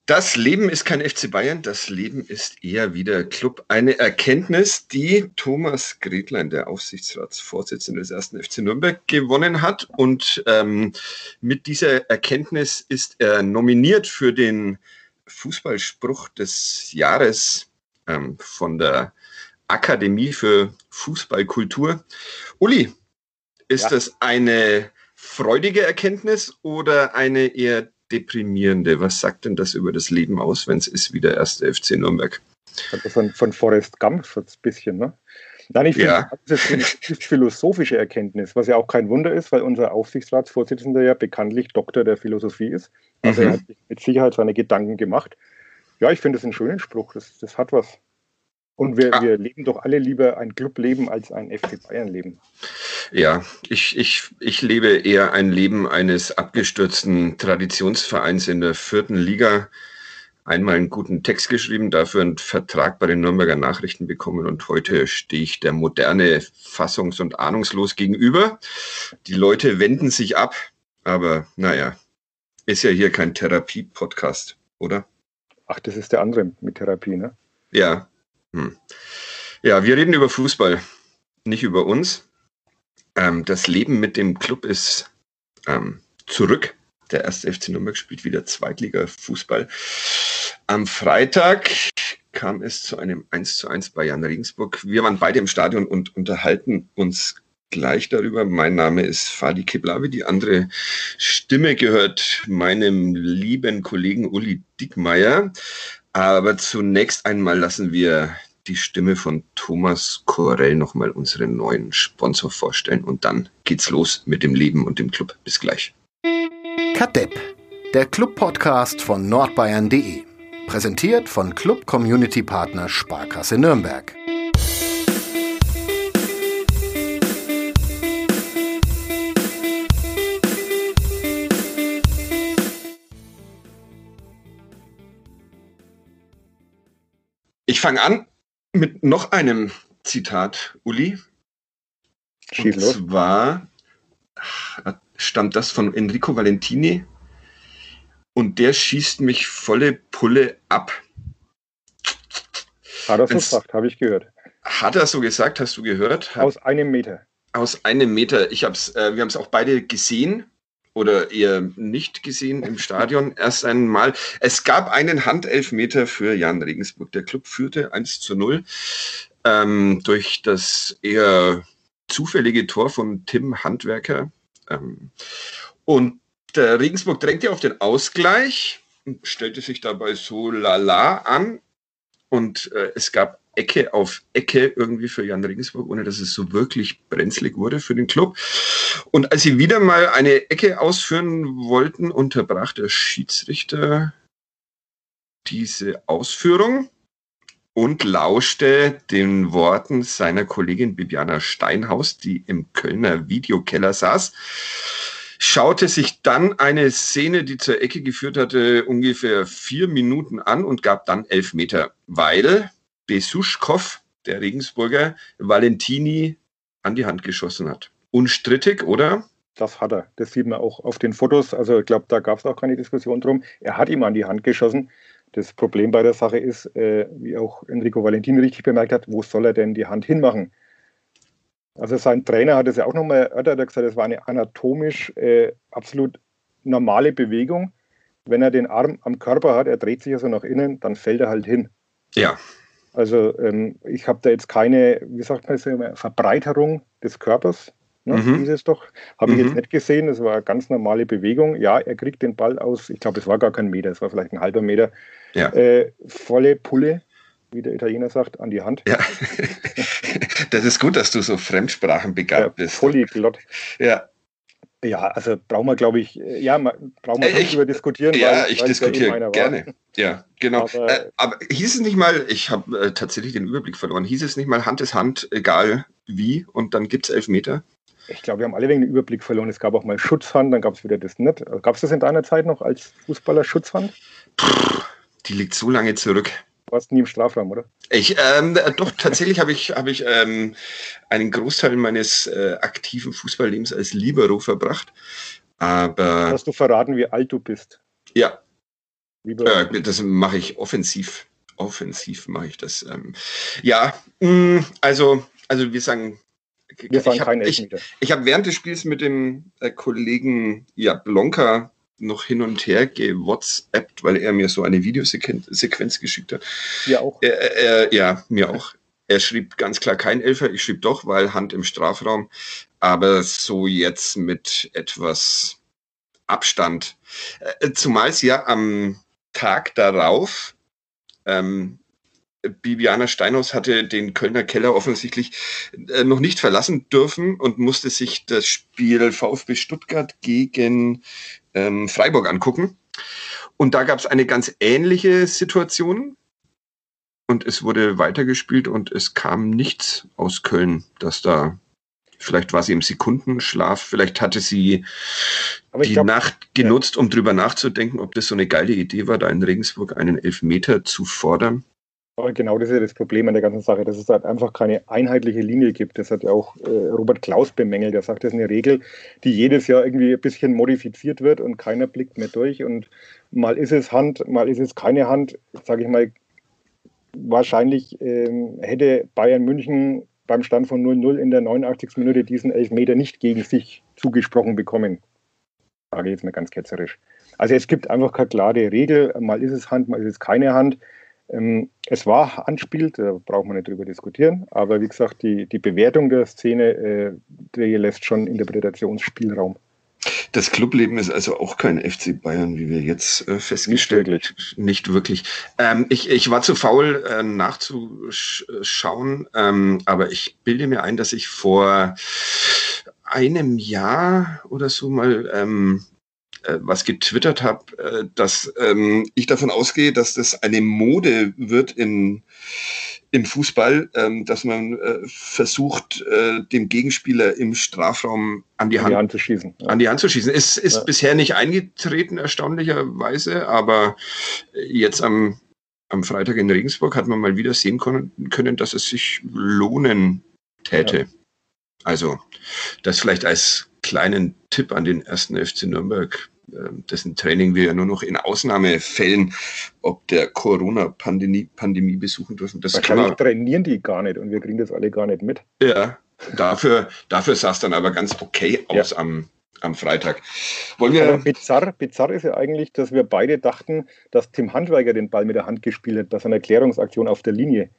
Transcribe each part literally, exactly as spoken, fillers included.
Das Leben ist kein F C Bayern, das Leben ist eher wieder Club. Eine Erkenntnis, die Thomas Gretlein, der Aufsichtsratsvorsitzende des ersten F C Nürnberg, gewonnen hat. Und ähm, mit dieser Erkenntnis ist er nominiert für den Fußballspruch des Jahres ähm, von der Akademie für Fußballkultur. Uli, ist ja. das eine freudige Erkenntnis oder eine eher deprimierende? Was sagt denn das über das Leben aus, wenn es ist wie der erste F C Nürnberg? Also von, von Forrest Gump so ein bisschen, ne? Nein, ich finde, ja. das ist eine philosophische Erkenntnis, was ja auch kein Wunder ist, weil unser Aufsichtsratsvorsitzender ja bekanntlich Doktor der Philosophie ist. Also mhm. er hat sich mit Sicherheit seine Gedanken gemacht. Ja, ich finde das einen schönen Spruch, das, das hat was. Und wir, ah. wir leben doch alle lieber ein Clubleben als ein F C Bayern-Leben. Ja, ich, ich, ich lebe eher ein Leben eines abgestürzten Traditionsvereins in der vierten Liga. Einmal einen guten Text geschrieben, dafür einen Vertrag bei den Nürnberger Nachrichten bekommen und heute stehe ich der Moderne fassungs- und ahnungslos gegenüber. Die Leute wenden sich ab, aber naja, ist ja hier kein Therapie-Podcast, oder? Ach, das ist der andere mit Therapie, ne? Ja. Hm. Ja, wir reden über Fußball, nicht über uns. Ähm, das Leben mit dem Club ist ähm, zurück. Der erste F C Nürnberg spielt wieder Zweitliga-Fußball. Am Freitag kam es zu einem eins zu eins bei Jan Regensburg. Wir waren beide im Stadion und unterhalten uns gleich darüber. Mein Name ist Fadi Kiblavi. Die andere Stimme gehört meinem lieben Kollegen Uli Dickmeyer. Aber zunächst einmal lassen wir die Stimme von Thomas Korell nochmal unseren neuen Sponsor vorstellen. Und dann geht's los mit dem Leben und dem Club. Bis gleich. Kadepp, der Club-Podcast von nordbayern punkt de. Präsentiert von Club-Community-Partner Sparkasse Nürnberg. Ich fange an mit noch einem Zitat, Uli. Und zwar stammt das von Enrico Valentini und der schießt mich volle Pulle ab. Hat er so gesagt, habe ich gehört. Hat er so gesagt, hast du gehört? Hat, aus einem Meter. Aus einem Meter. Ich hab's, äh, wir haben es auch beide gesehen. Oder eher nicht gesehen im Stadion erst einmal. Es gab einen Handelfmeter für Jan Regensburg. Der Club führte eins zu null ähm, durch das eher zufällige Tor von Tim Handwerker. Ähm, und der Regensburg drängte auf den Ausgleich und stellte sich dabei so lala an. Und äh, es gab Ecke auf Ecke irgendwie für Jan Regensburg, ohne dass es so wirklich brenzlig wurde für den Club. Und als sie wieder mal eine Ecke ausführen wollten, unterbrach der Schiedsrichter diese Ausführung und lauschte den Worten seiner Kollegin Bibiana Steinhaus, die im Kölner Videokeller saß, schaute sich dann eine Szene, die zur Ecke geführt hatte, ungefähr vier Minuten an und gab dann Elfmeter, weil Besuschkow, der Regensburger, Valentini an die Hand geschossen hat. Unstrittig, oder? Das hat er. Das sieht man auch auf den Fotos. Also ich glaube, da gab es auch keine Diskussion drum. Er hat ihm an die Hand geschossen. Das Problem bei der Sache ist, äh, wie auch Enrico Valentini richtig bemerkt hat, wo soll er denn die Hand hinmachen? Also sein Trainer hat es ja auch nochmal erörtert, er hat gesagt, es war eine anatomisch äh, absolut normale Bewegung. Wenn er den Arm am Körper hat, er dreht sich also nach innen, dann fällt er halt hin. Ja. Also ähm, ich habe da jetzt keine, wie sagt man das, Verbreiterung des Körpers, ne, mhm. hieß es doch, habe ich mhm. jetzt nicht gesehen, das war eine ganz normale Bewegung. Ja, er kriegt den Ball aus, ich glaube, es war gar kein Meter, es war vielleicht ein halber Meter, ja. äh, volle Pulle, wie der Italiener sagt, an die Hand. Ja, das ist gut, dass du so fremdsprachenbegabt bist. Ja, Polyglott. Ja. Ja, also brauchen wir, glaube ich, ja, brauchen wir nicht ich, drüber diskutieren. Ja, weil, ich weil diskutiere ja gerne. War. Ja, genau. Aber, äh, aber hieß es nicht mal, ich habe äh, tatsächlich den Überblick verloren, hieß es nicht mal Hand ist Hand, egal wie, und dann gibt es Elfmeter? Ich glaube, wir haben alle wegen den Überblick verloren. Es gab auch mal Schutzhand, dann gab es wieder das nicht. Gab es das in deiner Zeit noch als Fußballer Schutzhand? Puh, die liegt so lange zurück. Du warst nie im Strafraum, oder? Ich, ähm, doch, tatsächlich habe ich, hab ich ähm, einen Großteil meines äh, aktiven Fußballlebens als Libero verbracht. Aber. Hast du verraten, wie alt du bist? Ja. Lieber äh, das mache ich offensiv. Offensiv mache ich das. Ähm, ja, mh, also, also wir sagen, wir sagen ich habe ich, ich hab während des Spiels mit dem äh, Kollegen Jablonka noch hin und her gewhatsappt, weil er mir so eine Videosequenz geschickt hat. Ja, auch. Er, er, ja, mir auch. Er schrieb ganz klar kein Elfer, ich schrieb doch, weil Hand im Strafraum, aber so jetzt mit etwas Abstand. Äh, zumal es ja am Tag darauf ähm, Bibiana Steinhaus hatte den Kölner Keller offensichtlich äh, noch nicht verlassen dürfen und musste sich das Spiel VfB Stuttgart gegen ähm, Freiburg angucken. Und da gab es eine ganz ähnliche Situation. Und es wurde weitergespielt und es kam nichts aus Köln, dass da, vielleicht war sie im Sekundenschlaf, vielleicht hatte sie Aber die glaub, Nacht genutzt, ja. um drüber nachzudenken, ob das so eine geile Idee war, da in Regensburg einen Elfmeter zu fordern. Aber genau das ist ja das Problem an der ganzen Sache, dass es halt einfach keine einheitliche Linie gibt. Das hat ja auch äh, Robert Klaus bemängelt. Er sagt, das ist eine Regel, die jedes Jahr irgendwie ein bisschen modifiziert wird und keiner blickt mehr durch. Und mal ist es Hand, mal ist es keine Hand. Sage ich mal, wahrscheinlich ähm, hätte Bayern München beim Stand von null null in der neunundachtzigsten Minute diesen Elfmeter nicht gegen sich zugesprochen bekommen. Sage ich jetzt mal ganz ketzerisch. Also es gibt einfach keine klare Regel. Mal ist es Hand, mal ist es keine Hand. Es war Handspiel, da braucht man nicht drüber diskutieren, aber wie gesagt, die, die Bewertung der Szene äh, die lässt schon Interpretationsspielraum. Das Clubleben ist also auch kein F C Bayern, wie wir jetzt äh, festgestellt haben. Nicht wirklich. Nicht wirklich. Ähm, ich, ich war zu faul äh, nachzuschauen, ähm, aber ich bilde mir ein, dass ich vor einem Jahr oder so mal ähm, was getwittert habe, äh, dass ähm, ich davon ausgehe, dass das eine Mode wird in, im Fußball, ähm, dass man äh, versucht, äh, dem Gegenspieler im Strafraum an die, an Hand, die Hand zu schießen. Ja. An die Hand zu schießen. Ist, ist ja. bisher nicht eingetreten, erstaunlicherweise, aber jetzt am, am Freitag in Regensburg hat man mal wieder sehen können, können dass es sich lohnen täte. Ja. Also das vielleicht als kleinen Tipp an den ersten F C Nürnberg, dessen Training wir ja nur noch in Ausnahmefällen ob der Corona-Pandemie Pandemie besuchen dürfen. Das Wahrscheinlich man, trainieren die gar nicht und wir kriegen das alle gar nicht mit. Ja, dafür, dafür sah es dann aber ganz okay aus ja. am, am Freitag. Wollen wir aber bizarr, bizarr ist ja eigentlich, dass wir beide dachten, dass Tim Handwerker den Ball mit der Hand gespielt hat bei seiner Klärungsaktion auf der Linie.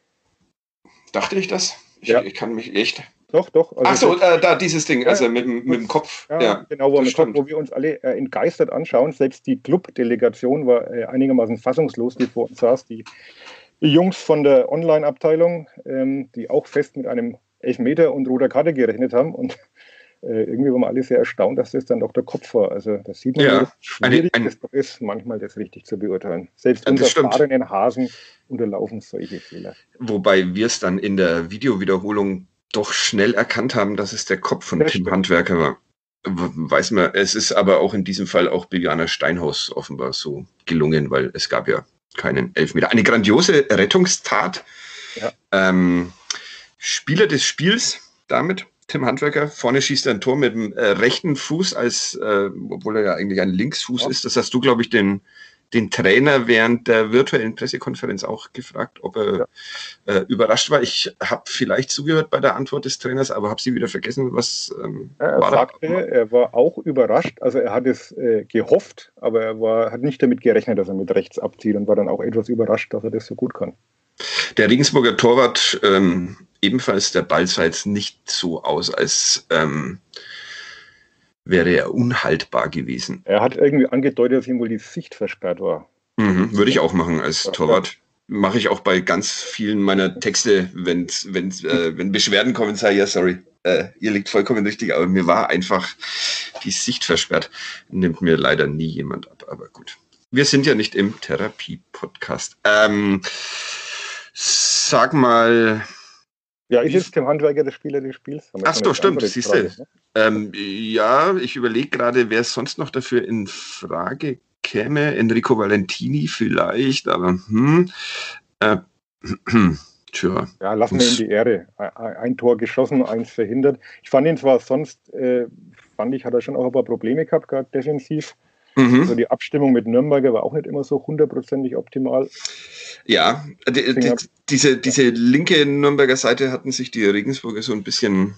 Dachte ich das? Ich, ja. ich kann mich echt... Doch, doch. Also Ach so, äh, da dieses Ding, also ja, mit, mit dem Kopf. Ja, ja genau, wo, mit Kopf, wo wir uns alle äh, entgeistert anschauen. Selbst die Club-Delegation war äh, einigermaßen fassungslos, die vor uns saß. Die, die Jungs von der Online-Abteilung, ähm, die auch fest mit einem Elfmeter und roter Karte gerechnet haben. Und äh, irgendwie waren wir alle sehr erstaunt, dass das dann doch der Kopf war. Also das sieht man, ja, wie schwierig eine, eine, das ist, manchmal das richtig zu beurteilen. Selbst unter erfahrenen Hasen unterlaufen solche Fehler. Wobei wir es dann in der Videowiederholung doch schnell erkannt haben, dass es der Kopf von das Tim stimmt. Handwerker war. Weiß man, es ist aber auch in diesem Fall auch Bibiana Steinhaus offenbar so gelungen, weil es gab ja keinen Elfmeter. Eine grandiose Rettungstat. Ja. Ähm, Spieler des Spiels damit, Tim Handwerker. Vorne schießt er ein Tor mit dem äh, rechten Fuß, als äh, obwohl er ja eigentlich ein Linksfuß ja. ist. Das hast du, glaube ich, den den Trainer während der virtuellen Pressekonferenz auch gefragt, ob er ja. äh, überrascht war. Ich habe vielleicht zugehört bei der Antwort des Trainers, aber habe sie wieder vergessen, was ähm, er war sagte, da? Er war auch überrascht. Also er hat es äh, gehofft, aber er war, hat nicht damit gerechnet, dass er mit rechts abzieht und war dann auch etwas überrascht, dass er das so gut kann. Der Regensburger Torwart, ähm, ebenfalls, der Ball sah jetzt nicht so aus, als ähm, wäre er unhaltbar gewesen. Er hat irgendwie angedeutet, dass ihm wohl die Sicht versperrt war. Mhm, würde ich auch machen als ja, Torwart. Ja. Mache ich auch bei ganz vielen meiner Texte, wenn's, wenn's, äh, wenn Beschwerden kommen, sage ich, ja, sorry, äh, ihr liegt vollkommen richtig, aber mir war einfach die Sicht versperrt. Nimmt mir leider nie jemand ab, aber gut. Wir sind ja nicht im Therapie-Podcast. Ähm, sag mal... Ja, ist jetzt Tim Handwerker der Spieler des Spiels? Ach so, stimmt, siehst du. Ne? Ähm, ja, ich überlege gerade, wer sonst noch dafür in Frage käme. Enrico Valentini vielleicht, aber hm. Äh, tja. Ja, lassen wir ihm die Ehre. Ein, ein Tor geschossen, eins verhindert. Ich fand ihn zwar sonst, äh, fand ich, hat er schon auch ein paar Probleme gehabt, gerade defensiv. Mhm. Also die Abstimmung mit Nürnberger war auch nicht immer so hundertprozentig optimal. Ja, die, die, diese, diese linke Nürnberger Seite hatten sich die Regensburger so ein bisschen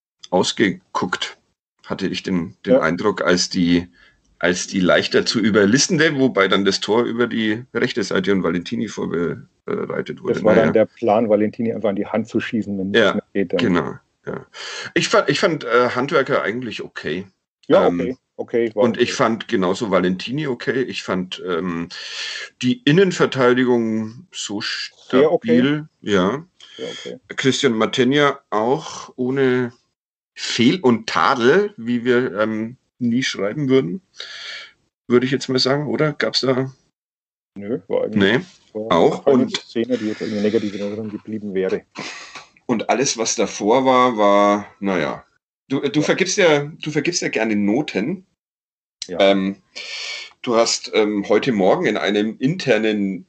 ausgeguckt, hatte ich den, den ja. Eindruck, als die, als die leichter zu überlistende, wobei dann das Tor über die rechte Seite und Valentini vorbereitet wurde. Das war naja. dann der Plan, Valentini einfach an die Hand zu schießen, wenn es ja, nicht mehr geht. Dann. Genau. Ja. Ich fand, ich fand äh, Handwerker eigentlich okay. Ja, okay. Ähm, okay und okay. ich fand genauso Valentini okay. Ich fand ähm, die Innenverteidigung so stabil. Okay. Ja. Okay. Christian Matenja auch ohne Fehl und Tadel, wie wir ähm, nie schreiben würden, würde ich jetzt mal sagen, oder? Gab es da? Nö, war eigentlich nee, war auch. Eine und Szene, die jetzt irgendwie negativ in Erinnerung geblieben wäre. Und alles, was davor war, war, naja. Du, du, ja. vergibst ja, du vergibst ja gerne Noten. Ja. Ähm, du hast ähm, heute Morgen in einem internen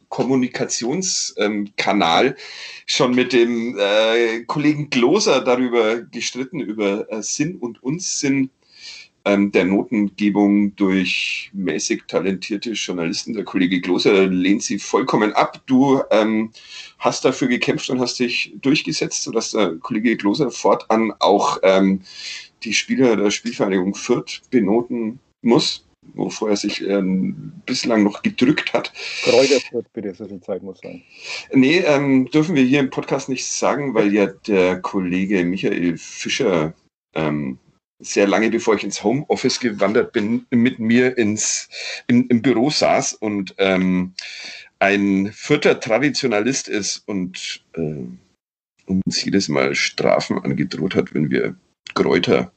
Kommunikationskanal ähm, schon mit dem äh, Kollegen Gloser darüber gestritten, über äh, Sinn und Unsinn ähm, der Notengebung durch mäßig talentierte Journalisten. Der Kollege Gloser lehnt sie vollkommen ab. Du ähm, hast dafür gekämpft und hast dich durchgesetzt, sodass der Kollege Gloser fortan auch ähm, die Spieler der Spielvereinigung Fürth benoten muss, wovor er sich äh, bislang noch gedrückt hat. Kräuter Fürth, bitte, so viel Zeit muss sein. Nee, ähm, dürfen wir hier im Podcast nicht sagen, weil ja der Kollege Michael Fischer ähm, sehr lange, bevor ich ins Homeoffice gewandert bin, mit mir ins, in, im Büro saß und ähm, ein Fürther Traditionalist ist und äh, uns jedes Mal Strafen angedroht hat, wenn wir Kräuter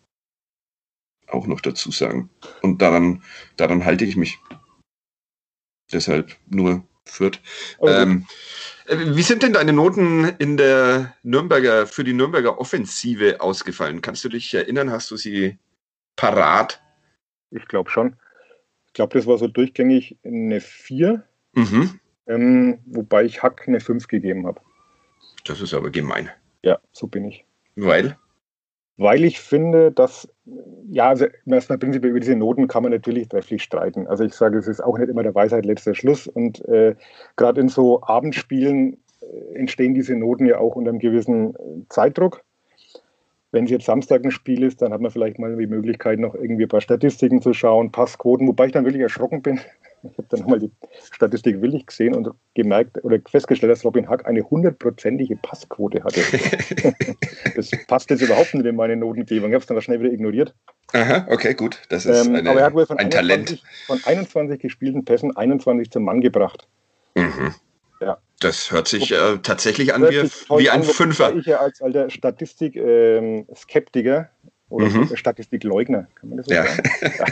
auch noch dazu sagen. Und daran, daran halte ich mich. Deshalb nur Fürth. Okay. Ähm, wie sind denn deine Noten in der Nürnberger, für die Nürnberger Offensive ausgefallen? Kannst du dich erinnern? Hast du sie parat? Ich glaube schon. Ich glaube, das war so durchgängig eine vier, mhm. ähm, wobei ich Hack eine fünf gegeben habe. Das ist aber gemein. Ja, so bin ich. Weil? Weil ich finde, dass, ja, also erstmal prinzipiell über diese Noten kann man natürlich trefflich streiten. Also ich sage, es ist auch nicht immer der Weisheit letzter Schluss. Und äh, gerade in so Abendspielen äh, entstehen diese Noten ja auch unter einem gewissen äh, Zeitdruck. Wenn es jetzt Samstag ein Spiel ist, dann hat man vielleicht mal die Möglichkeit, noch irgendwie ein paar Statistiken zu schauen, Passquoten, wobei ich dann wirklich erschrocken bin. Ich habe dann nochmal die Statistik willig gesehen und gemerkt oder festgestellt, dass Robin Hack eine hundertprozentige Passquote hatte. Das passt jetzt überhaupt nicht in meine Notengebung. Ich habe es dann schnell wieder ignoriert. Aha, okay, gut. Das ist ähm, eine, aber er hat wohl von ein einundzwanzig, Talent. Von einundzwanzig gespielten Pässen einundzwanzig zum Mann gebracht. Mhm. Ja. Das hört sich äh, tatsächlich an wie, wie ein an, Fünfer. Ich ja als alter Statistik-Skeptiker ähm, oder mhm. Statistikleugner, kann man das so ja. sagen?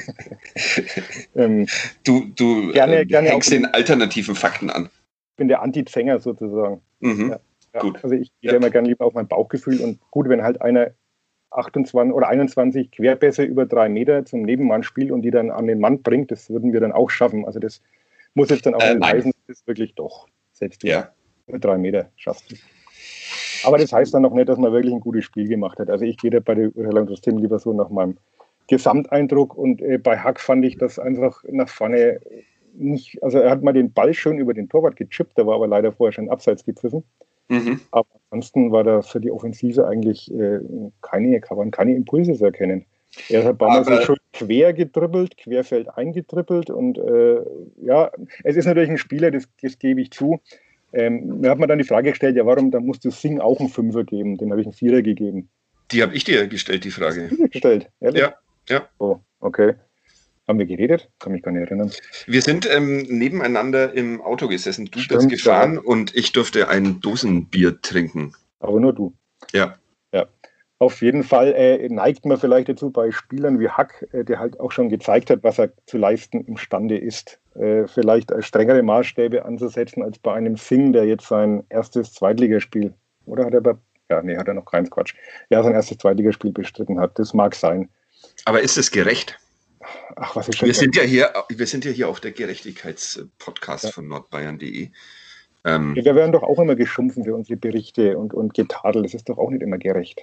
ähm, du du gerne, äh, gerne hängst den alternativen Fakten an. Ich bin der Anti-Zänger sozusagen. Mhm. Ja, ja. Gut. Also ich gehe ja. immer gerne lieber auf mein Bauchgefühl und gut, wenn halt einer achtundzwanzig oder einundzwanzig Querpässe über drei Meter zum Nebenmann spielt und die dann an den Mann bringt, das würden wir dann auch schaffen. Also das muss jetzt dann auch äh, nicht heißen, das ist wirklich doch. Selbst ja. über drei Meter schaffst du. Aber das heißt dann noch nicht, dass man wirklich ein gutes Spiel gemacht hat. Also ich gehe da bei der Urteilung des Themen lieber so nach meinem Gesamteindruck und äh, bei Hack fand ich das einfach nach vorne nicht, also er hat mal den Ball schön über den Torwart gechippt, der war aber leider vorher schon abseits gepfiffen. Mhm. Aber ansonsten war da für die Offensive eigentlich äh, keine, kann man keine Impulse zu erkennen. Er hat ein paar Mal so schön quer gedribbelt, querfeld eingetribbelt und äh, ja, es ist natürlich ein Spieler, das, das gebe ich zu. Ähm, da hat man dann die Frage gestellt, ja warum, dann musst du Singh auch einen Fünfer geben, dem habe ich einen Vierer gegeben. Die habe ich dir gestellt, die Frage. Hast du dir gestellt, ehrlich? Ja, ja. Oh, okay. Haben wir geredet? Kann mich gar nicht erinnern. Wir sind ähm, nebeneinander im Auto gesessen. Du Stimmt, bist gefahren ja. und ich durfte ein Dosenbier trinken. Aber nur du. Ja. Ja. Auf jeden Fall äh, neigt man vielleicht dazu bei Spielern wie Hack, äh, der halt auch schon gezeigt hat, was er zu leisten imstande ist, äh, vielleicht strengere Maßstäbe anzusetzen als bei einem Singh, der jetzt sein erstes Zweitligaspiel, oder hat er bei, ja, nee, hat er noch keins, Quatsch, ja, sein erstes Zweitligaspiel bestritten hat. Das mag sein. Aber ist es gerecht? Ach, was ist schon wir sind ja hier, wir sind ja hier auf der Gerechtigkeitspodcast ja. von nordbayern punkt de. Ähm, wir werden doch auch immer geschumpfen für unsere Berichte und, und getadelt. Das ist doch auch nicht immer gerecht.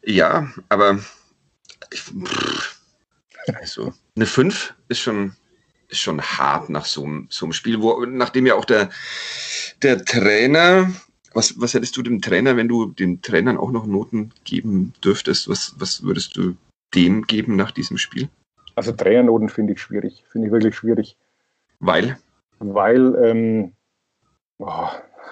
Ja, aber ich, pff, also eine fünf ist schon, ist schon hart nach so einem, so einem Spiel, wo, nachdem ja auch der, der Trainer, was, was hättest du dem Trainer, wenn du den Trainern auch noch Noten geben dürftest, was, was würdest du dem geben nach diesem Spiel? Also Trainernoten finde ich schwierig, finde ich wirklich schwierig. Weil? Weil, ähm, oh,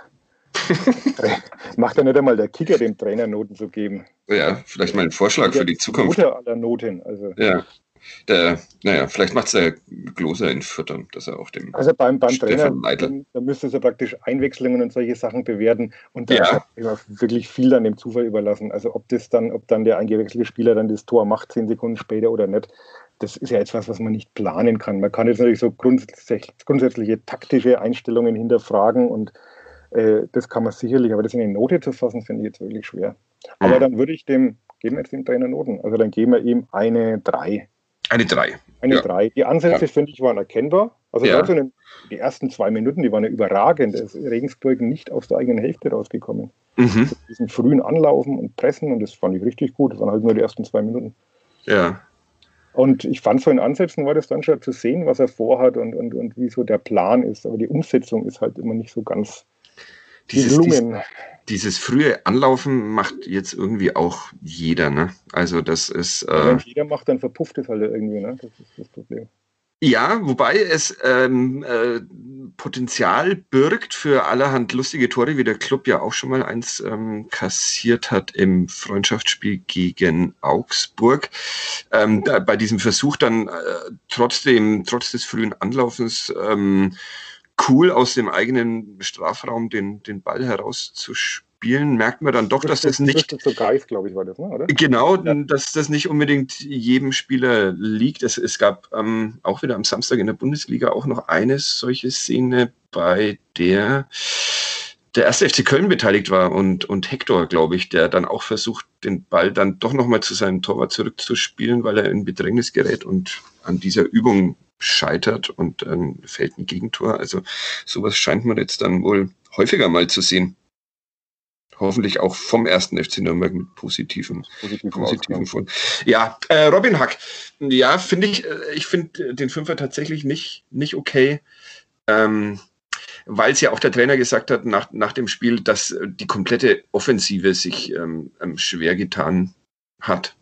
macht ja nicht einmal der Kicker, dem Trainer Noten zu geben. Ja, vielleicht mal ein Vorschlag für die Zukunft. Mutter aller Noten. Also. Ja, der, naja, vielleicht macht es der Gloser in Füttern, dass er auch dem Also beim, beim Trainer, Leitl. da müsste er praktisch Einwechslungen und solche Sachen bewerten und da ja. ist wirklich viel dann dem Zufall überlassen. Also ob das dann, ob dann der eingewechselte Spieler dann das Tor macht, zehn Sekunden später oder nicht, das ist ja etwas, was man nicht planen kann. Man kann jetzt natürlich so grundsätzlich, grundsätzliche taktische Einstellungen hinterfragen und äh, das kann man sicherlich, aber das in eine Note zu fassen, finde ich jetzt wirklich schwer. Aber mhm. dann würde ich dem, geben wir jetzt dem Trainer Noten, also dann geben wir ihm eine drei. Eine drei. Eine drei. Ja. Die Ansätze, ja. finde ich, waren erkennbar. Also ja. den, die ersten zwei Minuten, die waren ja überragend. Da ist Regensburg nicht aus der eigenen Hälfte rausgekommen. Mhm. Mit diesen frühen Anlaufen und Pressen und das fand ich richtig gut. Das waren halt nur die ersten zwei Minuten. Ja. Und ich fand so in Ansätzen war das dann schon zu sehen, was er vorhat und, und, und wie so der Plan ist. Aber die Umsetzung ist halt immer nicht so ganz dieses, gelungen. Dieses, dieses frühe Anlaufen macht jetzt irgendwie auch jeder, ne? Also das ist... Äh, Wenn jeder macht, dann verpufft es halt irgendwie, ne? Das ist das Problem. Ja, wobei es ähm, äh, Potenzial birgt für allerhand lustige Tore, wie der Club ja auch schon mal eins ähm, kassiert hat im Freundschaftsspiel gegen Augsburg. Ähm, da, bei diesem Versuch dann äh, trotzdem, trotz des frühen Anlaufens, ähm, cool aus dem eigenen Strafraum den, den Ball herauszuspielen, merkt man dann doch, dass das nicht... Das so Geist, glaube ich, war das, ne? Oder? Genau, ja. dass das nicht unbedingt jedem Spieler liegt. Es, es gab ähm, auch wieder am Samstag in der Bundesliga auch noch eine solche Szene, bei der der erste F C Köln beteiligt war und, und Hector, glaube ich, der dann auch versucht, den Ball dann doch nochmal zu seinem Torwart zurückzuspielen, weil er in Bedrängnis gerät und an dieser Übung scheitert und dann fällt ein Gegentor. Also sowas scheint man jetzt dann wohl häufiger mal zu sehen. Hoffentlich auch vom ersten F C Nürnberg mit positiven, positiven, positiven Folgen. Ja, äh, Robin Hack. Ja, finde ich, ich finde den Fünfer tatsächlich nicht, nicht okay. Ähm, weil es ja auch der Trainer gesagt hat nach, nach dem Spiel, dass die komplette Offensive sich ähm, schwer getan hat,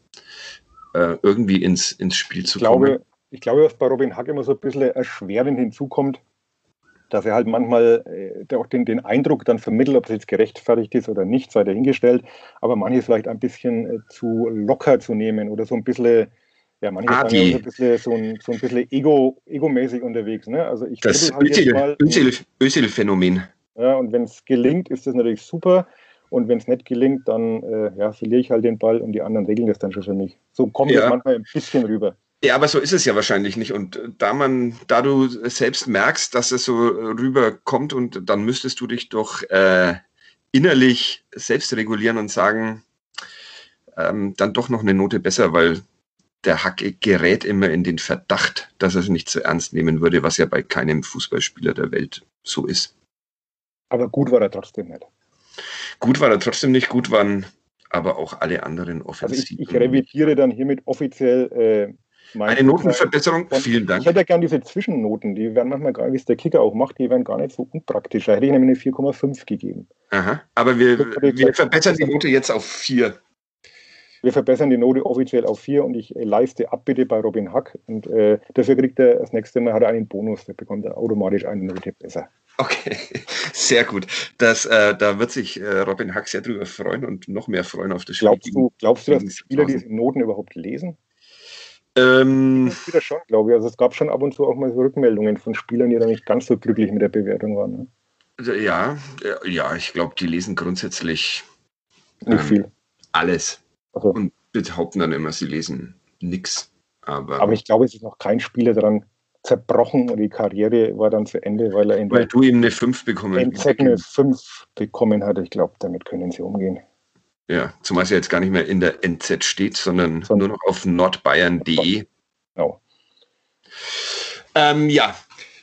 äh, irgendwie ins, ins Spiel ich zu glaube, kommen. Ich glaube, was bei Robin Hack immer so ein bisschen erschwerend hinzukommt, dass er halt manchmal äh, auch den, den Eindruck dann vermittelt, ob es jetzt gerechtfertigt ist oder nicht, sei dahingestellt, aber manche vielleicht ein bisschen äh, zu locker zu nehmen oder so ein bisschen, ja, manche ah, sagen ja so ein bisschen, so ein, so ein bisschen ego, egomäßig unterwegs. Ne? Also ich das halt Özil-Phänomen. Ja, und wenn es gelingt, ist das natürlich super. Und wenn es nicht gelingt, dann äh, ja, verliere ich halt den Ball und die anderen regeln das dann schon für mich. So kommt es ja. manchmal ein bisschen rüber. Ja, aber so ist es ja wahrscheinlich nicht. Und da man, da du selbst merkst, dass es so rüberkommt und dann müsstest du dich doch äh, innerlich selbst regulieren und sagen, ähm, dann doch noch eine Note besser, weil der Hack gerät immer in den Verdacht, dass er es nicht so ernst nehmen würde, was ja bei keinem Fußballspieler der Welt so ist. Aber gut war er trotzdem nicht. Gut war er trotzdem nicht, gut waren aber auch alle anderen Offensiven. Also ich, ich revidiere dann hiermit offiziell äh, eine Notenverbesserung, von, vielen Dank. Ich hätte ja gerne diese Zwischennoten, die werden manchmal gar nicht, wie es der Kicker auch macht, die werden gar nicht so unpraktisch. Da hätte ich nämlich eine vier Komma fünf gegeben. Aha, aber wir, wir verbessern die Note jetzt auf vier. Wir verbessern die Note offiziell auf vier und ich äh, leiste Abbitte bei Robin Hack und äh, dafür kriegt er das nächste Mal hat er einen Bonus, da bekommt er automatisch eine Note besser. Okay, sehr gut. Das, äh, da wird sich äh, Robin Hack sehr drüber freuen und noch mehr freuen auf das Spiel. Glaubst du, glaubst du dass die Spieler diese Noten überhaupt lesen? Ähm, das wieder schon, glaube ich. Also es gab schon ab und zu auch mal so Rückmeldungen von Spielern, die da nicht ganz so glücklich mit der Bewertung waren. Ne? Ja, ja, ich glaube, die lesen grundsätzlich nicht ähm, viel. Alles. Also. Und behaupten dann immer, sie lesen nichts. Aber, aber ich glaube, es ist noch kein Spieler daran zerbrochen und die Karriere war dann zu Ende, weil er in weil du ihm eine fünf bekommen N Z eine fünf bekommen hat. Ich glaube, damit können sie umgehen. Ja, zumal sie jetzt gar nicht mehr in der N Z steht, sondern so, nur noch auf nordbayern punkt de. Genau. Ähm, ja.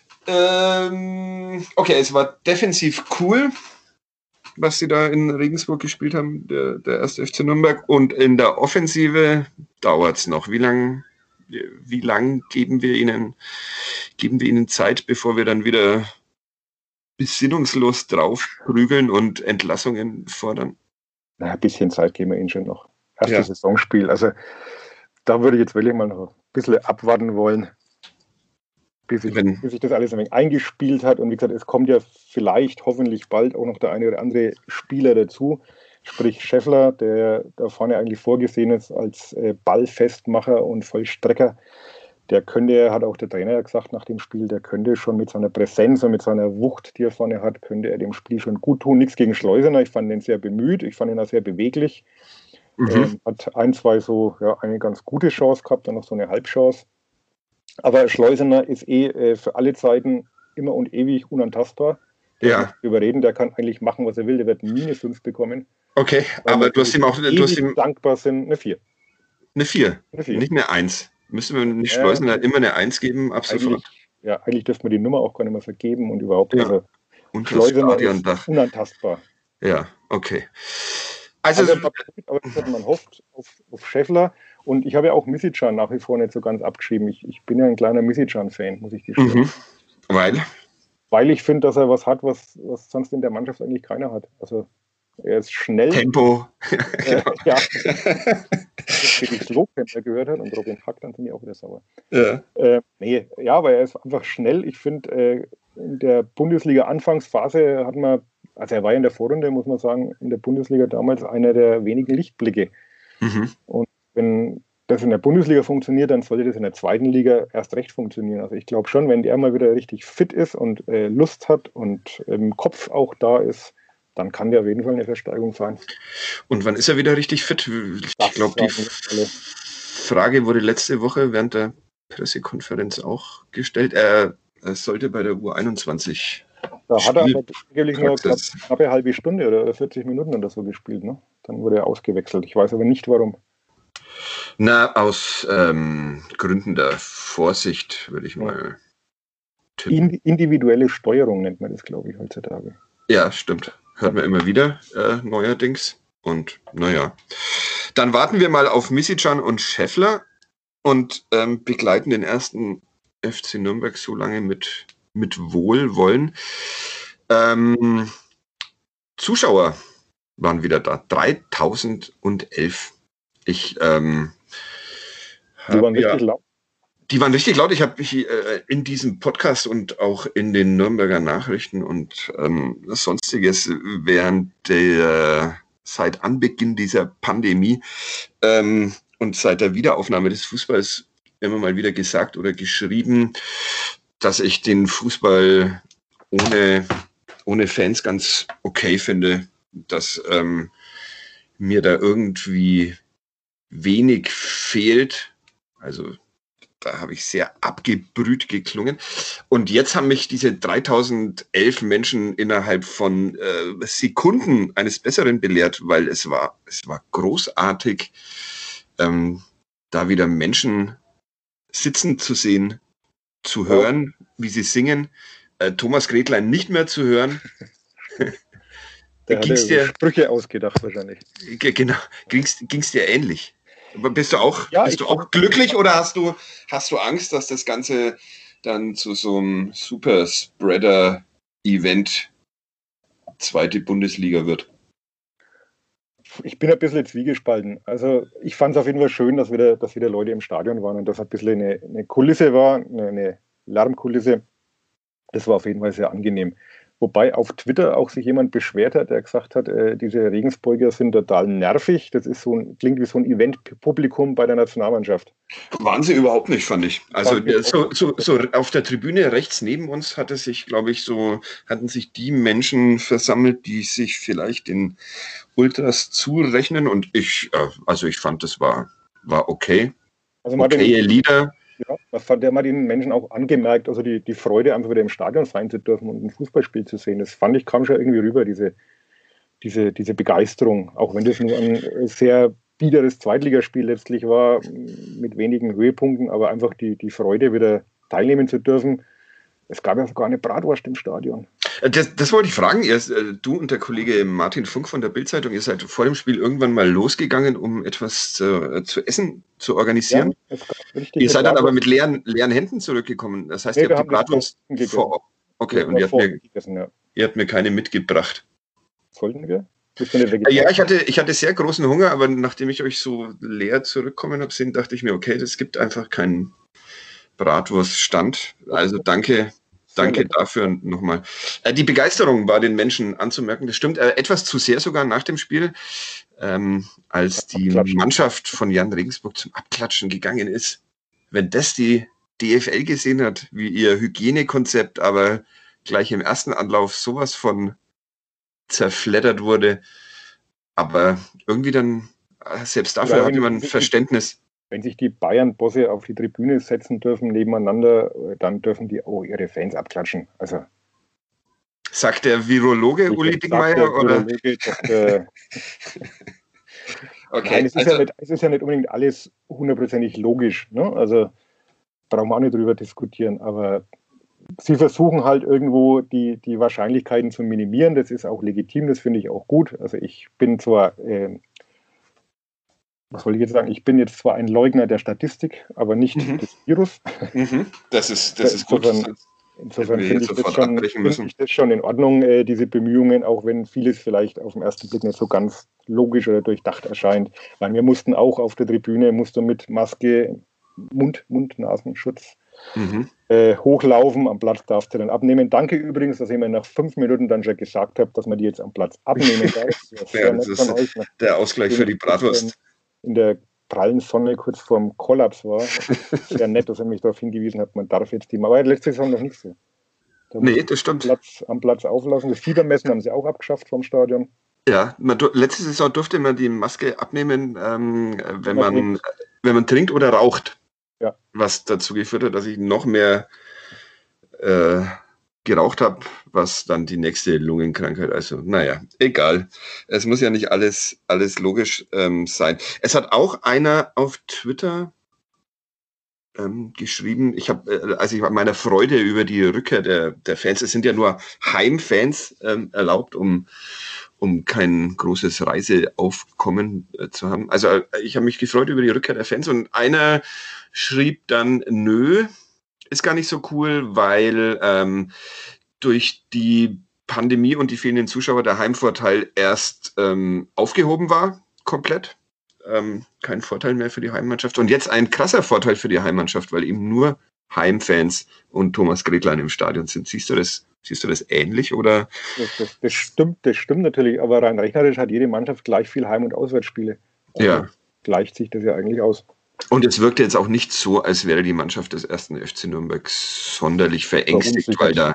Ähm, okay, es war defensiv cool, was sie da in Regensburg gespielt haben, der, der erste F C Nürnberg. Und in der Offensive dauert es noch. Wie lange wie lang geben wir ihnen, geben wir ihnen Zeit, bevor wir dann wieder besinnungslos drauf prügeln und Entlassungen fordern? Na, ein bisschen Zeit geben wir ihnen schon noch. Erstes Ja. Saisonspiel. Also da würde ich jetzt wirklich mal noch ein bisschen abwarten wollen, bis sich, Wenn- bis sich das alles ein wenig eingespielt hat. Und wie gesagt, es kommt ja vielleicht hoffentlich bald auch noch der eine oder andere Spieler dazu. Sprich Scheffler, der da vorne eigentlich vorgesehen ist als äh, Ballfestmacher und Vollstrecker. Der könnte, hat auch der Trainer ja gesagt nach dem Spiel, der könnte schon mit seiner Präsenz und mit seiner Wucht, die er vorne hat, könnte er dem Spiel schon gut tun. Nichts gegen Schleusener, ich fand ihn sehr bemüht, ich fand ihn auch sehr beweglich. Mhm. Ähm, hat ein, zwei so, ja, eine ganz gute Chance gehabt, dann noch so eine Halbchance. Aber Schleusener ist eh äh, für alle Zeiten immer und ewig unantastbar. Da Ja. muss man drüber reden, der kann eigentlich machen, was er will, der wird nie eine fünf bekommen. Okay, Weil aber wir du hast ihm auch du hast ewig ihm dankbar sind, eine vier. eine vier, Eine vier. nicht eine eins. Müssen wir nicht Ja. Schleusener immer eine eins geben, ab Eigentlich, sofort? ja, eigentlich dürfte man die Nummer auch gar nicht mehr vergeben und überhaupt. Ja. Also Unter das Schleusener ist Stadiondach. unantastbar. Ja, okay. Also, Also, aber wie gesagt, man hofft auf, auf Scheffler. Und ich habe ja auch Misicjan nach wie vor nicht so ganz abgeschrieben. Ich, ich bin ja ein kleiner Misicjan-Fan, muss ich gestehen. mhm. Weil? Weil ich finde, dass er was hat, was, was sonst in der Mannschaft eigentlich keiner hat. Also er ist schnell. Tempo. Äh, ja. Wenn ich Slowcamper gehört hat und Robin Hack, dann bin ich auch wieder sauer. Ja. Äh, nee, ja, aber er ist einfach schnell. Ich finde, äh, in der Bundesliga-Anfangsphase hat man, also er war ja in der Vorrunde, muss man sagen, in der Bundesliga damals einer der wenigen Lichtblicke. Mhm. Und wenn das in der Bundesliga funktioniert, dann sollte das in der zweiten Liga erst recht funktionieren. Also ich glaube schon, wenn der mal wieder richtig fit ist und äh, Lust hat und im Kopf auch da ist, dann kann der auf jeden Fall eine Versteigerung sein. Und wann ist er wieder richtig fit? Das Ich glaube, die sagen alle. Frage wurde letzte Woche während der Pressekonferenz auch gestellt. Er, er sollte bei der U einundzwanzig Da hat er Spiel- aber angeblich nur knapp, Praxis. knappe halbe Stunde oder vierzig Minuten oder so gespielt. Ne? Dann wurde er ausgewechselt. Ich weiß aber nicht, warum. Na, aus ähm, Gründen der Vorsicht, würde ich mal tippen. Indi- individuelle Steuerung nennt man das, glaube ich, heutzutage. Ja, stimmt. Hört man immer wieder äh, neuerdings. Und naja. Dann warten wir mal auf Misicjan und Scheffler und ähm, begleiten den ersten F C Nürnberg so lange mit, mit Wohlwollen. Ähm, Zuschauer waren wieder da. dreitausendelf. Ich ähm, Die waren hab ja- richtig laut. Die waren richtig laut. Ich habe mich äh, in diesem Podcast und auch in den Nürnberger Nachrichten und ähm, sonstiges während der, seit Anbeginn dieser Pandemie ähm, und seit der Wiederaufnahme des Fußballs immer mal wieder gesagt oder geschrieben, dass ich den Fußball ohne, ohne Fans ganz okay finde, dass ähm, mir da irgendwie wenig fehlt. Also da habe ich sehr abgebrüht geklungen. Und jetzt haben mich diese dreitausendelf Menschen innerhalb von äh, Sekunden eines Besseren belehrt, weil es war, es war großartig, ähm, da wieder Menschen sitzen zu sehen, zu hören, wie sie singen, äh, Thomas Gretlein nicht mehr zu hören. Der hat Ging's ja dir- Sprüche ausgedacht wahrscheinlich. Ge- Genau, ging's, ging's dir ähnlich? Aber Bist du auch, Ja, bist du ich- auch glücklich oder hast du, hast du Angst, dass das Ganze dann zu so einem Super-Spreader-Event zweite Bundesliga wird? Ich bin ein bisschen zwiegespalten. Also ich fand es auf jeden Fall schön, dass wieder, dass wieder Leute im Stadion waren und dass ein bisschen eine, eine Kulisse war, eine, eine Lärmkulisse. Das war auf jeden Fall sehr angenehm. Wobei auf Twitter auch sich jemand beschwert hat, der gesagt hat, äh, diese Regensburger sind total nervig. Das ist so ein, klingt wie so ein Event-Publikum bei der Nationalmannschaft. Waren sie überhaupt nicht, fand ich. Also Fand ich der, so, auch. so, so auf der Tribüne rechts neben uns hatte sich, glaube ich, so hatten sich die Menschen versammelt, die sich vielleicht den Ultras zurechnen. Und ich, äh, also ich fand, das war, war okay. Also man hat den, Okay, Lieder. ja, man fand, der hat den Menschen auch angemerkt, also die, die Freude, einfach wieder im Stadion sein zu dürfen und ein Fußballspiel zu sehen. Das fand ich, kam schon irgendwie rüber, diese, diese, diese Begeisterung. Auch wenn das nur ein sehr biederes Zweitligaspiel letztlich war, mit wenigen Höhepunkten, aber einfach die, die Freude, wieder teilnehmen zu dürfen. Es gab ja sogar eine Bratwurst im Stadion. Das, das wollte ich fragen. Ihr, du und der Kollege Martin Funk von der Bild-Zeitung, ihr seid vor dem Spiel irgendwann mal losgegangen, um etwas zu, zu essen zu organisieren. Ja, ihr seid dann aber mit leeren, leeren Händen zurückgekommen. Das heißt, nee, ihr habt die Bratwurst vor... Okay, und ihr habt, mir, gegessen, ja. ihr habt mir keine mitgebracht. Sollten wir? Ja, ich hatte, ich hatte sehr großen Hunger, aber nachdem ich euch so leer zurückkommen habe sehen, dachte ich mir, okay, das gibt einfach keinen Bratwurststand. Also danke, danke dafür nochmal. Äh, die Begeisterung war den Menschen anzumerken, das stimmt. Äh, etwas zu sehr sogar nach dem Spiel, ähm, als die Mannschaft von Jan Regensburg zum Abklatschen gegangen ist. Wenn das die D F L gesehen hat, wie ihr Hygienekonzept, aber gleich im ersten Anlauf sowas von zerfleddert wurde. Aber irgendwie dann, selbst dafür ja, hatte man Verständnis. Die, wenn sich die Bayern-Bosse auf die Tribüne setzen dürfen nebeneinander, dann dürfen die auch ihre Fans abklatschen. Also, sagt der Virologe Uli Dickmeyer? Oder? Virologe, Doktor okay, Nein, es, also, ist ja nicht, es ist ja nicht unbedingt alles hundertprozentig logisch. Ne? Also brauchen wir auch nicht drüber diskutieren, aber sie versuchen halt irgendwo die, die Wahrscheinlichkeiten zu minimieren. Das ist auch legitim, das finde ich auch gut. Also ich bin zwar, äh, was soll ich jetzt sagen, ich bin jetzt zwar ein Leugner der Statistik, aber nicht mhm. des Virus. Mhm. Das ist, das ist gut. Insofern, insofern finde ich, das schon, find ich das schon in Ordnung, äh, diese Bemühungen, auch wenn vieles vielleicht auf den ersten Blick nicht so ganz logisch oder durchdacht erscheint. Weil wir mussten auch auf der Tribüne, mussten mit Maske, Mund, Mund-Nasenschutz Mhm. Äh, hochlaufen, am Platz darfst du dann abnehmen. Danke übrigens, dass ihr mir nach fünf Minuten dann schon gesagt habt, dass man die jetzt am Platz abnehmen darf. Das ja, das ist euch, ne? Der Ausgleich für die Bratwurst. In der prallen Sonne kurz vorm Kollaps war. Sehr nett, dass ihr mich darauf hingewiesen habt, man darf jetzt die mal. Aber letzte Saison noch nicht so. Da nee, das stimmt. Platz, am Platz auflassen. Das Fiebermessen haben sie auch abgeschafft vom Stadion. Ja, man, letzte Saison durfte man die Maske abnehmen, ähm, wenn, man, wenn man trinkt oder raucht. Ja. Was dazu geführt hat, dass ich noch mehr äh, geraucht habe, was dann die nächste Lungenkrankheit, also naja, egal. Es muss ja nicht alles, alles logisch ähm, sein. Es hat auch einer auf Twitter ähm, geschrieben, ich habe, äh, also ich war meiner Freude über die Rückkehr der, der Fans, es sind ja nur Heimfans ähm, erlaubt, um um kein großes Reiseaufkommen äh, zu haben. Also äh, ich habe mich gefreut über die Rückkehr der Fans und einer schrieb dann, nö, ist gar nicht so cool, weil ähm, durch die Pandemie und die fehlenden Zuschauer der Heimvorteil erst ähm, aufgehoben war, komplett. Ähm, kein Vorteil mehr für die Heimmannschaft. Und jetzt ein krasser Vorteil für die Heimmannschaft, weil eben nur Heimfans und Thomas Gretlein im Stadion sind. Siehst du das, siehst du das ähnlich? Oder? Das, das, das, stimmt, das stimmt natürlich, aber rein rechnerisch hat jede Mannschaft gleich viel Heim- und Auswärtsspiele. Also ja. Gleicht sich das ja eigentlich aus. Und es wirkte jetzt auch nicht so, als wäre die Mannschaft des ersten F C Nürnberg sonderlich verängstigt, weil da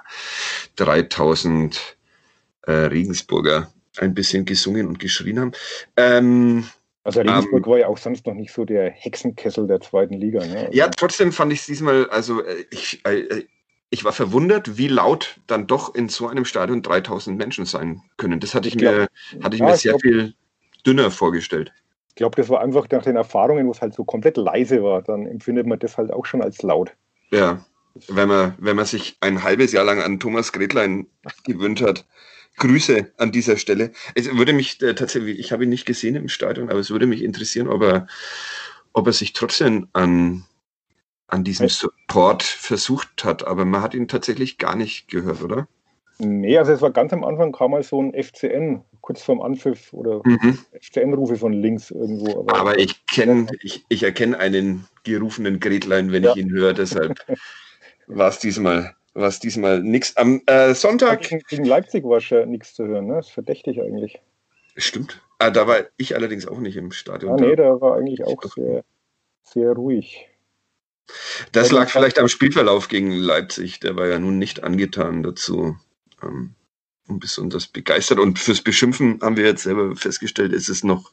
dreitausend äh, Regensburger ein bisschen gesungen und geschrien haben. Ähm, also Regensburg ähm, war ja auch sonst noch nicht so der Hexenkessel der zweiten Liga. Ne? Also ja, trotzdem fand ich es diesmal, also ich, äh, ich war verwundert, wie laut dann doch in so einem Stadion dreitausend Menschen sein können. Das hatte ich, ich glaub, mir, hatte ich ja, mir sehr ich glaub, viel dünner vorgestellt. Ich glaube, das war einfach nach den Erfahrungen, wo es halt so komplett leise war, dann empfindet man das halt auch schon als laut. Ja, wenn man, wenn man sich ein halbes Jahr lang an Thomas Gretlein gewöhnt hat. Grüße an dieser Stelle. Es würde mich äh, tatsächlich, ich habe ihn nicht gesehen im Stadion, aber es würde mich interessieren, ob er, ob er sich trotzdem an, an diesem Support versucht hat. Aber man hat ihn tatsächlich gar nicht gehört, oder? Nee, also es war ganz am Anfang, kam mal so ein F C N, kurz vorm Anpfiff oder mhm. F C N-Rufe von links irgendwo. Aber, aber ich kenne, ich, ich erkenne einen gerufenen Gretlein, wenn ja. ich ihn höre, deshalb war es diesmal, war es diesmal nichts. Am äh, Sonntag... Gegen, gegen Leipzig war schon nichts zu hören, ne? Das ist verdächtig eigentlich. Stimmt. Ah, da war ich allerdings auch nicht im Stadion. Ah, nee, da war eigentlich auch sehr, sehr ruhig. Das lag vielleicht am Spielverlauf gegen Leipzig, der war ja nun nicht angetan dazu. Um besonders begeistert. Und fürs Beschimpfen haben wir jetzt selber festgestellt, ist es noch,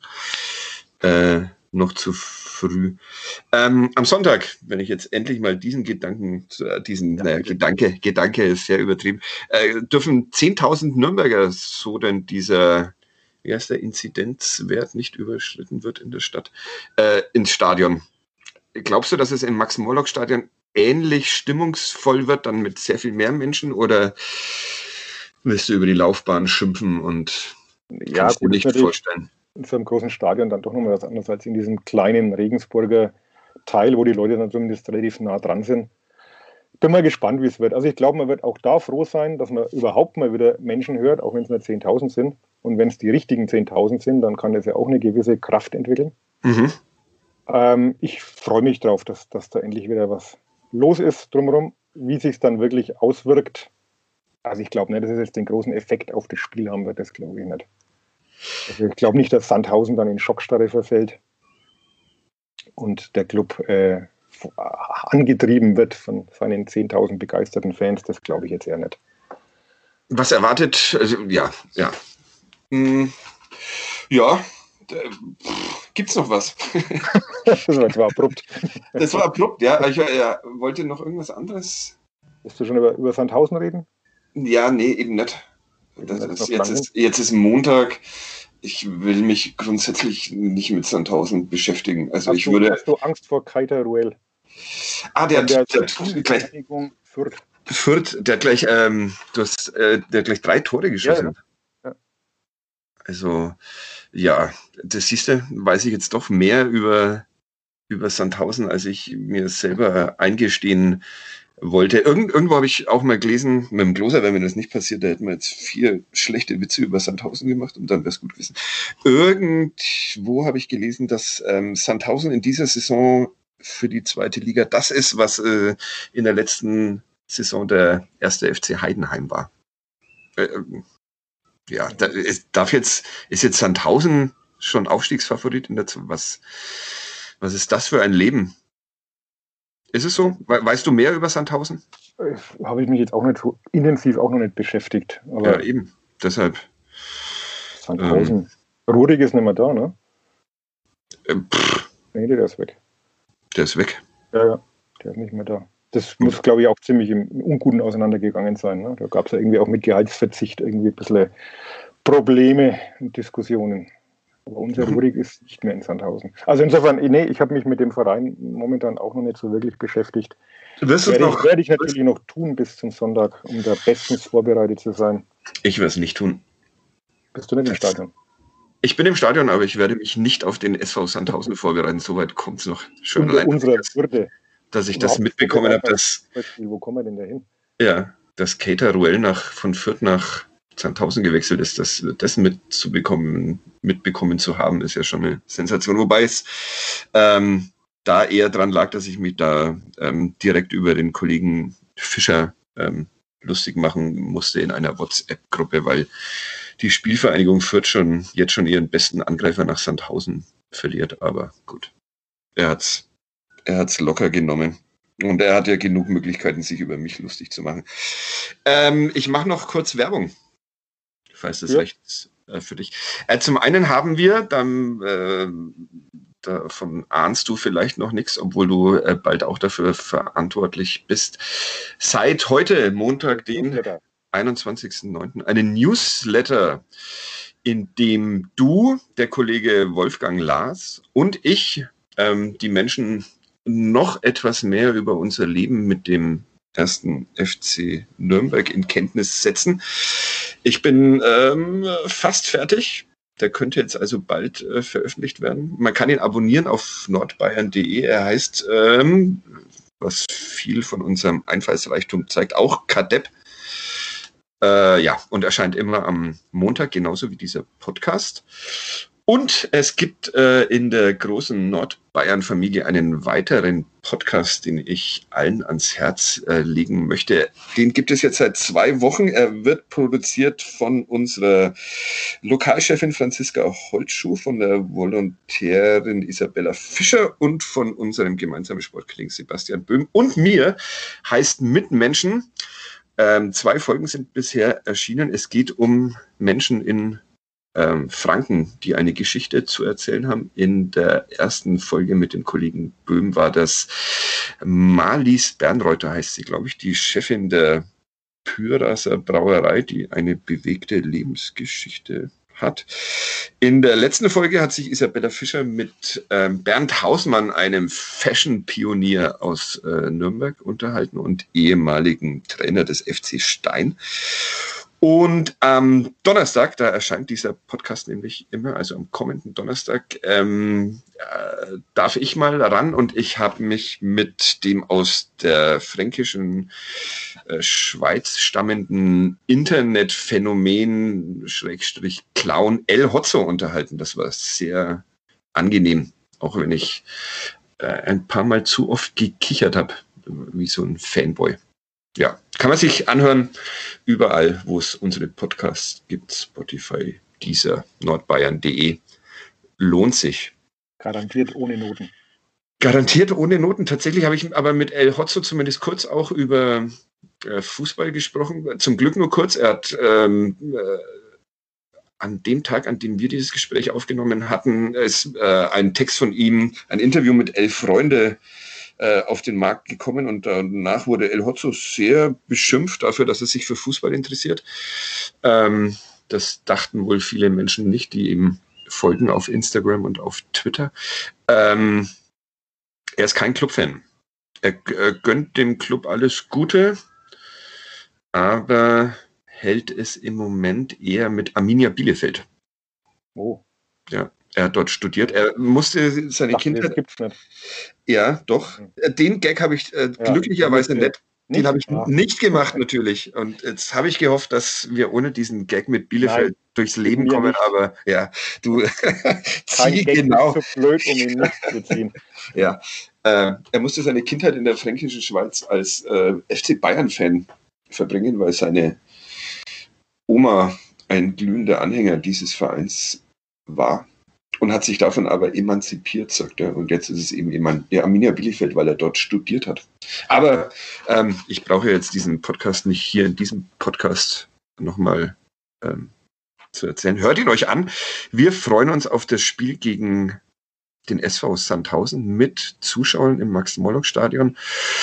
äh, noch zu früh. Ähm, am Sonntag, wenn ich jetzt endlich mal diesen Gedanken, äh, diesen ja, naja, Gedanke, Gedanke ist sehr übertrieben, äh, dürfen zehntausend Nürnberger, so denn dieser, wie heißt der, Inzidenzwert nicht überschritten wird in der Stadt, äh, ins Stadion. Glaubst du, dass es im Max-Morlock-Stadion ähnlich stimmungsvoll wird, dann mit sehr viel mehr Menschen, oder Willst du über die Laufbahn schimpfen und Ja, kannst dir gut, ist nicht vorstellen. in so einem großen Stadion dann doch nochmal was anderes als in diesem kleinen Regensburger Teil, wo die Leute dann zumindest relativ nah dran sind. Bin mal gespannt, wie es wird. Also ich glaube, man wird auch da froh sein, dass man überhaupt mal wieder Menschen hört, auch wenn es nur zehntausend sind. Und wenn es die richtigen zehntausend sind, dann kann das ja auch eine gewisse Kraft entwickeln. Mhm. Ähm, ich freue mich drauf, dass, dass da endlich wieder was los ist drumherum. Wie sich es dann wirklich auswirkt, also ich glaube nicht, dass es jetzt den großen Effekt auf das Spiel haben wird, das glaube ich nicht. Also ich glaube nicht, dass Sandhausen dann in Schockstarre verfällt und der Club äh, angetrieben wird von seinen zehntausend begeisterten Fans, das glaube ich jetzt eher nicht. Was erwartet, also ja, ja. Hm, ja, gibt es noch was? Das war, das war abrupt. Das war abrupt, ja. Ich ja, wollte noch irgendwas anderes. Willst du schon über, über Sandhausen reden? Ja, nee, eben nicht. Das Das ist ist, noch jetzt, lang ist, jetzt ist Montag. Ich will mich grundsätzlich nicht mit Sandhausen beschäftigen. Also Hast ich du, würde. hast du Angst vor Keita Ruel? Ah, der, der, der, der, der gleich. Fürth. Fürth, der gleich, ähm, du hast, äh, der gleich drei Tore geschossen hat. Ja, ja. Also, ja, das siehst du, weiß ich jetzt doch mehr über, über Sandhausen, als ich mir selber eingestehen wollte. Irgend, irgendwo habe ich auch mal gelesen, mit dem Gloser wäre mir das nicht passiert, da hätten wir jetzt vier schlechte Witze über Sandhausen gemacht und dann wäre es gut gewesen. Irgendwo habe ich gelesen, dass ähm, Sandhausen in dieser Saison für die zweite Liga das ist, was äh, in der letzten Saison der erste F C Heidenheim war. Äh, ja, da ist, darf jetzt, ist jetzt Sandhausen schon Aufstiegsfavorit in der Z- was, was ist das für ein Leben? Ist es so? We- Weißt du mehr über Sandhausen? Äh, Habe ich mich jetzt auch nicht so intensiv auch noch nicht beschäftigt. Aber Ja, eben. Deshalb. Sandhausen. Ähm, Rudig ist nicht mehr da, ne? Äh, pff, Nee, der ist weg. der ist weg. Ja, ja, der ist nicht mehr da. Das muss, glaube ich, auch ziemlich im Unguten auseinandergegangen sein. Ne? Da gab es ja irgendwie auch mit Gehaltsverzicht irgendwie ein bisschen Probleme und Diskussionen. Aber unser Mhm. Rudig ist nicht mehr in Sandhausen. Also insofern, nee, ich habe mich mit dem Verein momentan auch noch nicht so wirklich beschäftigt. Wirst du es Werde ich, noch? werde ich natürlich noch tun bis zum Sonntag, um da bestens vorbereitet zu sein. Ich werde es nicht tun. Bist du nicht im Stadion? Ich bin im Stadion, aber ich werde mich nicht auf den S V Sandhausen vorbereiten. Soweit kommt es noch. Schon Unter allein, unserer dass, Würde. dass ich das Überhaupt mitbekommen habe, vorbereitet. dass, Beispiel, wo kommen wir denn da hin? ja, dass Keita Ruel nach, von Fürth nach Sandhausen gewechselt ist. Das, das mitzubekommen, mitbekommen zu haben, ist ja schon eine Sensation. Wobei es ähm, da eher dran lag, dass ich mich da ähm, direkt über den Kollegen Fischer ähm, lustig machen musste in einer WhatsApp-Gruppe, weil die Spielvereinigung Fürth schon jetzt schon ihren besten Angreifer nach Sandhausen verliert. Aber gut, er hat's, er hat's locker genommen. Und er hat ja genug Möglichkeiten, sich über mich lustig zu machen. Ähm, ich mache noch kurz Werbung, falls das Ja. recht ist äh, für dich. Äh, zum einen haben wir, dann, äh, davon ahnst du vielleicht noch nichts, obwohl du äh, bald auch dafür verantwortlich bist, seit heute, Montag, den Newsletter. einundzwanzigsten neunten einen Newsletter, in dem du, der Kollege Wolfgang Lars und ich ähm, die Menschen noch etwas mehr über unser Leben mit dem ersten F C Nürnberg in Kenntnis setzen. Ich bin ähm, fast fertig. Der könnte jetzt also bald äh, veröffentlicht werden. Man kann ihn abonnieren auf nordbayern punkt de. Er heißt, ähm, was viel von unserem Einfallsreichtum zeigt, auch Kadepp. Äh, ja, und erscheint immer am Montag, genauso wie dieser Podcast. Und es gibt äh, in der großen Nordbayern-Familie einen weiteren Podcast, den ich allen ans Herz äh, legen möchte. Den gibt es jetzt seit zwei Wochen. Er wird produziert von unserer Lokalchefin Franziska Holtschuh, von der Volontärin Isabella Fischer und von unserem gemeinsamen Sportkollegen Sebastian Böhm und mir. Heißt Mitmenschen. Ähm, zwei Folgen sind bisher erschienen. Es geht um Menschen in ähm, Franken, die eine Geschichte zu erzählen haben. In der ersten Folge mit dem Kollegen Böhm war das Marlies Bernreuther, heißt sie, glaube ich, die Chefin der Püraser Brauerei, die eine bewegte Lebensgeschichte hat. In der letzten Folge hat sich Isabella Fischer mit ähm, Bernd Hausmann, einem Fashion-Pionier aus äh, Nürnberg, unterhalten und ehemaligen Trainer des F C Stein. Und am Donnerstag, da erscheint dieser Podcast nämlich immer, also am kommenden Donnerstag, ähm, äh, darf ich mal ran und ich habe mich mit dem aus der fränkischen äh, Schweiz stammenden Internetphänomen Schrägstrich Clown El Hotzo unterhalten. Das war sehr angenehm, auch wenn ich äh, ein paar Mal zu oft gekichert habe, wie so ein Fanboy. Ja, kann man sich anhören, überall, wo es unsere Podcasts gibt, Spotify, Deezer, nordbayern punkt de. Lohnt sich. Garantiert ohne Noten. Garantiert ohne Noten. Tatsächlich habe ich aber mit El Hotzo zumindest kurz auch über äh, Fußball gesprochen. Zum Glück nur kurz. Er hat ähm, äh, an dem Tag, an dem wir dieses Gespräch aufgenommen hatten, ist äh, ein Text von ihm, ein Interview mit Elf Freunde auf den Markt gekommen und danach wurde El Hotzo sehr beschimpft dafür, dass er sich für Fußball interessiert. Ähm, das dachten wohl viele Menschen nicht, die ihm folgen auf Instagram und auf Twitter. Ähm, er ist kein Clubfan. Er, er gönnt dem Club alles Gute, aber hält es im Moment eher mit Arminia Bielefeld. Oh. Ja. Er hat dort studiert. Er musste seine Dachte, Kindheit. Das gibt's nicht. Ja, doch. Den Gag habe ich äh, ja, glücklicherweise nicht. Den habe ich ja. nicht gemacht, natürlich. Und jetzt habe ich gehofft, dass wir ohne diesen Gag mit Bielefeld Nein, durchs Leben kommen. Nicht. Aber ja, du zieh genau. Ist so blöd, um ihn nicht zu ziehen. Ja, äh, er musste seine Kindheit in der fränkischen Schweiz als äh, F C Bayern-Fan verbringen, weil seine Oma ein glühender Anhänger dieses Vereins war. Und hat sich davon aber emanzipiert, sagt er. Und jetzt ist es eben Eman- ja, Arminia Bielefeld, weil er dort studiert hat. Aber ähm, ich brauche jetzt diesen Podcast nicht hier in diesem Podcast nochmal ähm, zu erzählen. Hört ihn euch an. Wir freuen uns auf das Spiel gegen den S V Sandhausen mit Zuschauern im Max-Morlock-Stadion,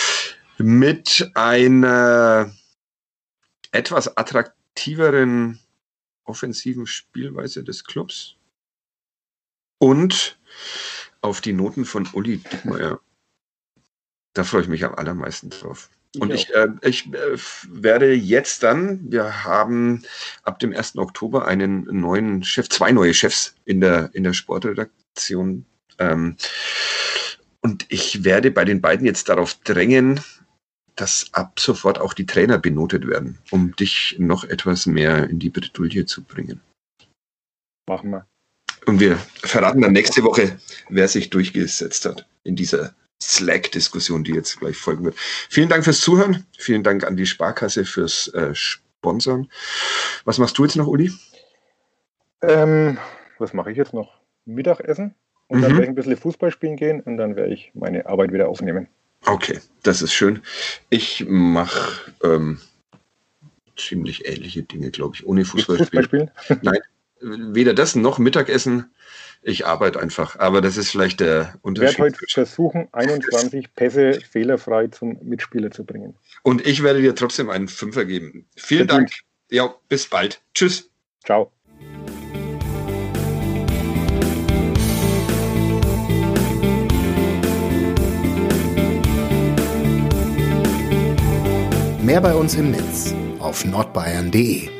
mit einer etwas attraktiveren offensiven Spielweise des Clubs. Und auf die Noten von Uli Dickmeyer. Da freue ich mich am allermeisten drauf. Ich und ich, äh, ich äh, werde jetzt dann, wir haben ab dem ersten Oktober einen neuen Chef, zwei neue Chefs in der, in der Sportredaktion. Ähm, und ich werde bei den beiden jetzt darauf drängen, dass ab sofort auch die Trainer benotet werden, um dich noch etwas mehr in die Bredouille zu bringen. Machen wir. Und wir verraten dann nächste Woche, wer sich durchgesetzt hat in dieser Slack-Diskussion, die jetzt gleich folgen wird. Vielen Dank fürs Zuhören. Vielen Dank an die Sparkasse fürs äh, Sponsern. Was machst du jetzt noch, Uli? Ähm, was mache ich jetzt noch? Mittagessen und mhm. dann werde ich ein bisschen Fußball spielen gehen und dann werde ich meine Arbeit wieder aufnehmen. Okay, das ist schön. Ich mache ähm, ziemlich ähnliche Dinge, glaube ich, ohne Fußball spielen. Nein. Weder das noch Mittagessen. Ich arbeite einfach. Aber das ist vielleicht der Unterschied. Ich werde heute versuchen, einundzwanzig Pässe fehlerfrei zum Mitspieler zu bringen. Und ich werde dir trotzdem einen Fünfer geben. Vielen Sehr Dank. Gut. Ja, bis bald. Tschüss. Ciao. Mehr bei uns im Netz auf nordbayern punkt de.